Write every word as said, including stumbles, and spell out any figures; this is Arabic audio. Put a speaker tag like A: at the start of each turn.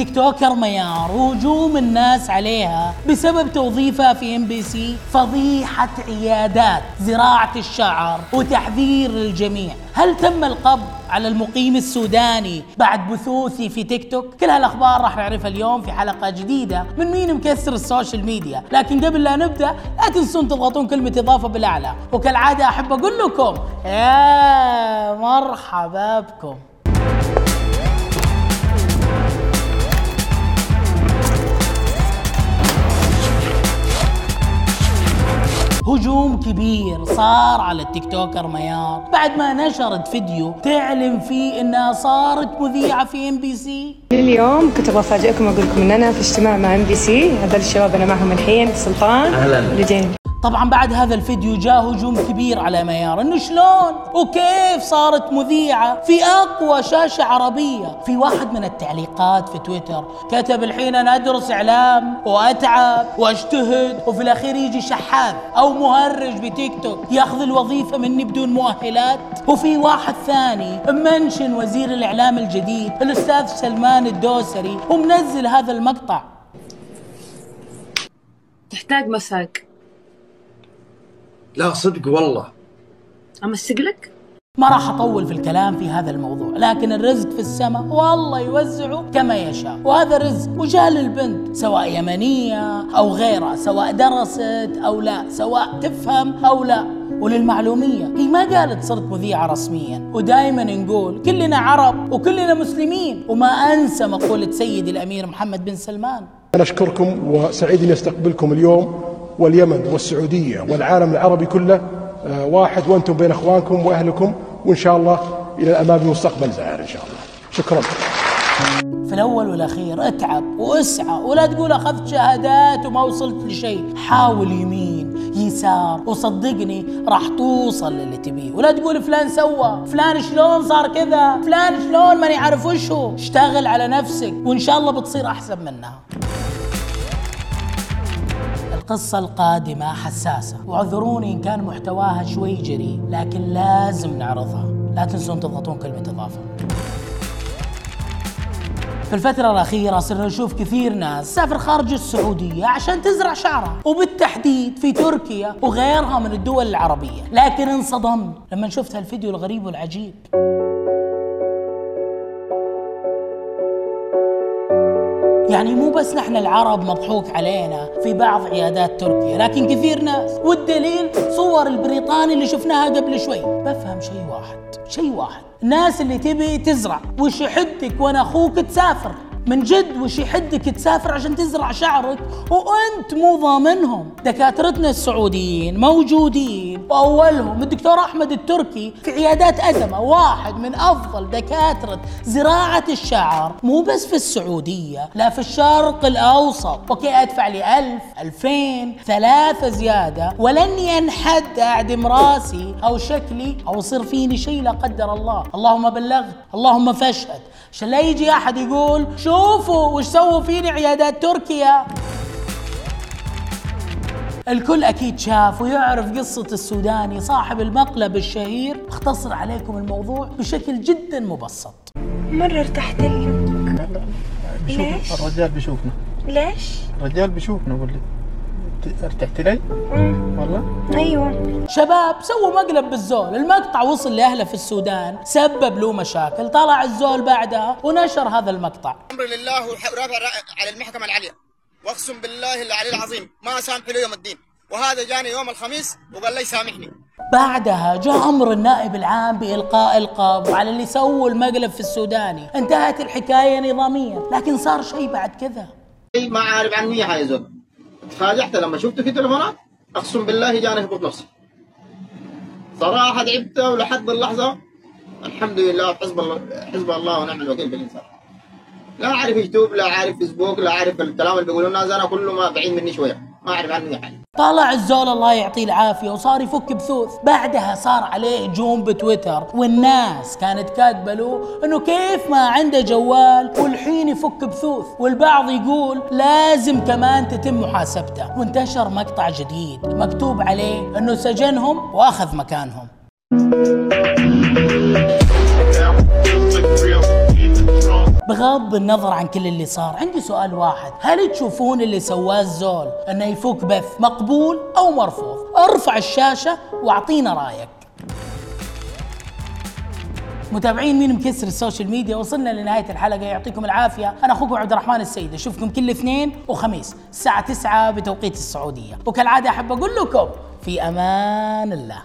A: التيك توكر ميار وهجوم الناس عليها بسبب توظيفها في ام بي سي، فضيحة عيادات زراعة الشعر وتحذير للجميع. هل تم القبض على المقيم السوداني بعد بثوثي في تيك توك؟ كل هالأخبار راح نعرفها اليوم في حلقة جديدة من مين مكسر السوشيال ميديا. لكن قبل لا نبدأ لا تنسون تضغطون كلمة إضافة بالأعلى، وكالعادة أحب أقول لكم يا مرحبا بكم. هجوم كبير صار على التيك توكر ميار بعد ما نشرت فيديو تعلن فيه انها صارت مذيعة في ام بي سي.
B: اليوم كنت بفاجئكم اقول لكم ان انا في اجتماع مع ام بي سي. هذول الشباب انا معهم الحين، سلطان اللي جايين.
A: طبعا بعد هذا الفيديو جاء هجوم كبير على ميار انه شلون وكيف صارت مذيعة في اقوى شاشة عربية. في واحد من التعليقات في تويتر كتب الحين انا ادرس اعلام واتعب واجتهد، وفي الاخير يجي شحاذ او مهرج بتيك توك ياخذ الوظيفة مني بدون مؤهلات. وفي واحد ثاني منشن وزير الاعلام الجديد الاستاذ سلمان الدوسري ومنزل هذا المقطع.
B: تحتاج مساج؟
C: لا صدق والله.
B: أمسك لك؟
A: ما راح أطول في الكلام في هذا الموضوع، لكن الرزق في السماء والله يوزعه كما يشاء، وهذا رزق وجاء للبنت سواء يمنية أو غيرها، سواء درست أو لا، سواء تفهم أو لا. وللمعلومية هي ما قالت صرت مذيعة رسميا، ودائما نقول كلنا عرب وكلنا مسلمين، وما أنسى مقولة سيد الأمير محمد بن سلمان.
D: أنا أشكركم وسعيد أن أستقبلكم اليوم، واليمن والسعودية والعالم العربي كله واحد، وأنتم بين أخوانكم وأهلكم، وإن شاء الله إلى الأمام المستقبل زاهر إن شاء الله. شكرا.
A: في الأول والأخير اتعب واسعى، ولا تقول أخذت شهادات وما وصلت لشيء. حاول يمين يسار وصدقني راح توصل للي تبيه، ولا تقول فلان سوى، فلان شلون صار كذا، فلان شلون ماني عارف وش هو. اشتغل على نفسك وإن شاء الله بتصير أحسن منها. القصة القادمة حساسة، واعذروني إن كان محتواها شوي جريء، لكن لازم نعرضها. لا تنسون تضغطون كلمة إضافة. في الفترة الأخيرة صرنا نشوف كثير ناس سافر خارج السعودية عشان تزرع شعرها، وبالتحديد في تركيا وغيرها من الدول العربية. لكن انصدمت لما شفت هالفيديو الغريب والعجيب. يعني مو بس نحن العرب مضحوك علينا في بعض عيادات تركيا، لكن كثير ناس، والدليل صور البريطاني اللي شفناها قبل شوي. بفهم شيء واحد شيء واحد الناس اللي تبي تزرع، وش يحدك وانا اخوك تسافر؟ من جد وش يحدك تسافر عشان تزرع شعرك وانت مو ضامنهم؟ دكاترتنا السعوديين موجودين، واولهم الدكتور احمد التركي في عيادات ادمه، واحد من افضل دكاتره زراعه الشعر مو بس في السعوديه، لا في الشرق الاوسط. اوكي ادفع لي ألف ألفين ثلاثة زياده ولن ينحد اعدم راسي او شكلي او يصير فيني شيء لا قدر الله. اللهم بلغت، اللهم فاشهد، عشان لا يجي احد يقول شوفوا وش سووا فيني عيادات تركيا. الكل اكيد شاف ويعرف قصة السوداني صاحب المقلب الشهير. اختصر عليكم الموضوع بشكل جدا مبسط.
B: مرة ارتحت لك.
E: ليش؟ الرجال بيشوفنا.
B: ليش؟
E: الرجال بيشوفنا بقول لك. ارتحت لي؟ والله؟
B: ايوه.
A: شباب سووا مقلب بالزول، المقطع وصل لاهله في السودان، سبب له مشاكل، طلع الزول بعدها ونشر هذا المقطع.
F: امر لله ورافع على المحكمة العليا، واقسم بالله العلي العظيم ما سامح له يوم الدين، وهذا جاني يوم الخميس وقال لي سامحني.
A: بعدها جاء امر النائب العام بإلقاء القبض على اللي سووا المقلب في السوداني. انتهت الحكاية نظاميا، لكن صار شيء بعد كذا.
F: ما عارف عني يا حي زول. تفاجأت لما شفته في تليفونات، اقسم بالله جاني هبوط نفسي. صراحة تعبت ولحد اللحظة الحمد لله حسب الله حسب الله ونعم الوكيل بالإنسان. لا عارف يوتيوب، لا عارف فيسبوك، لا عارف الكلام اللي بيقولوا الناس، انا كله ما بعيد مني شوية، ما اعرف عنه حاجة.
A: طلع الزول الله يعطيه العافية وصار يفك بثوث. بعدها صار عليه هجوم بتويتر، والناس كانت كاتبه له انه كيف ما عنده جوال والحين يفك بثوث، والبعض يقول لازم كمان تتم محاسبته. وانتشر مقطع جديد مكتوب عليه انه سجنهم واخذ مكانهم. بغض النظر عن كل اللي صار، عندي سؤال واحد، هل تشوفون اللي سواه الزول انه يفوك بث مقبول او مرفوض؟ ارفع الشاشة واعطينا رايك. متابعين مين مكسر السوشيال ميديا، وصلنا لنهاية الحلقة، يعطيكم العافية. أنا أخوكم عبد الرحمن السيد، أشوفكم كل اثنين وخميس الساعة تسعة بتوقيت السعودية، وكالعادة أحب أقول لكم في أمان الله.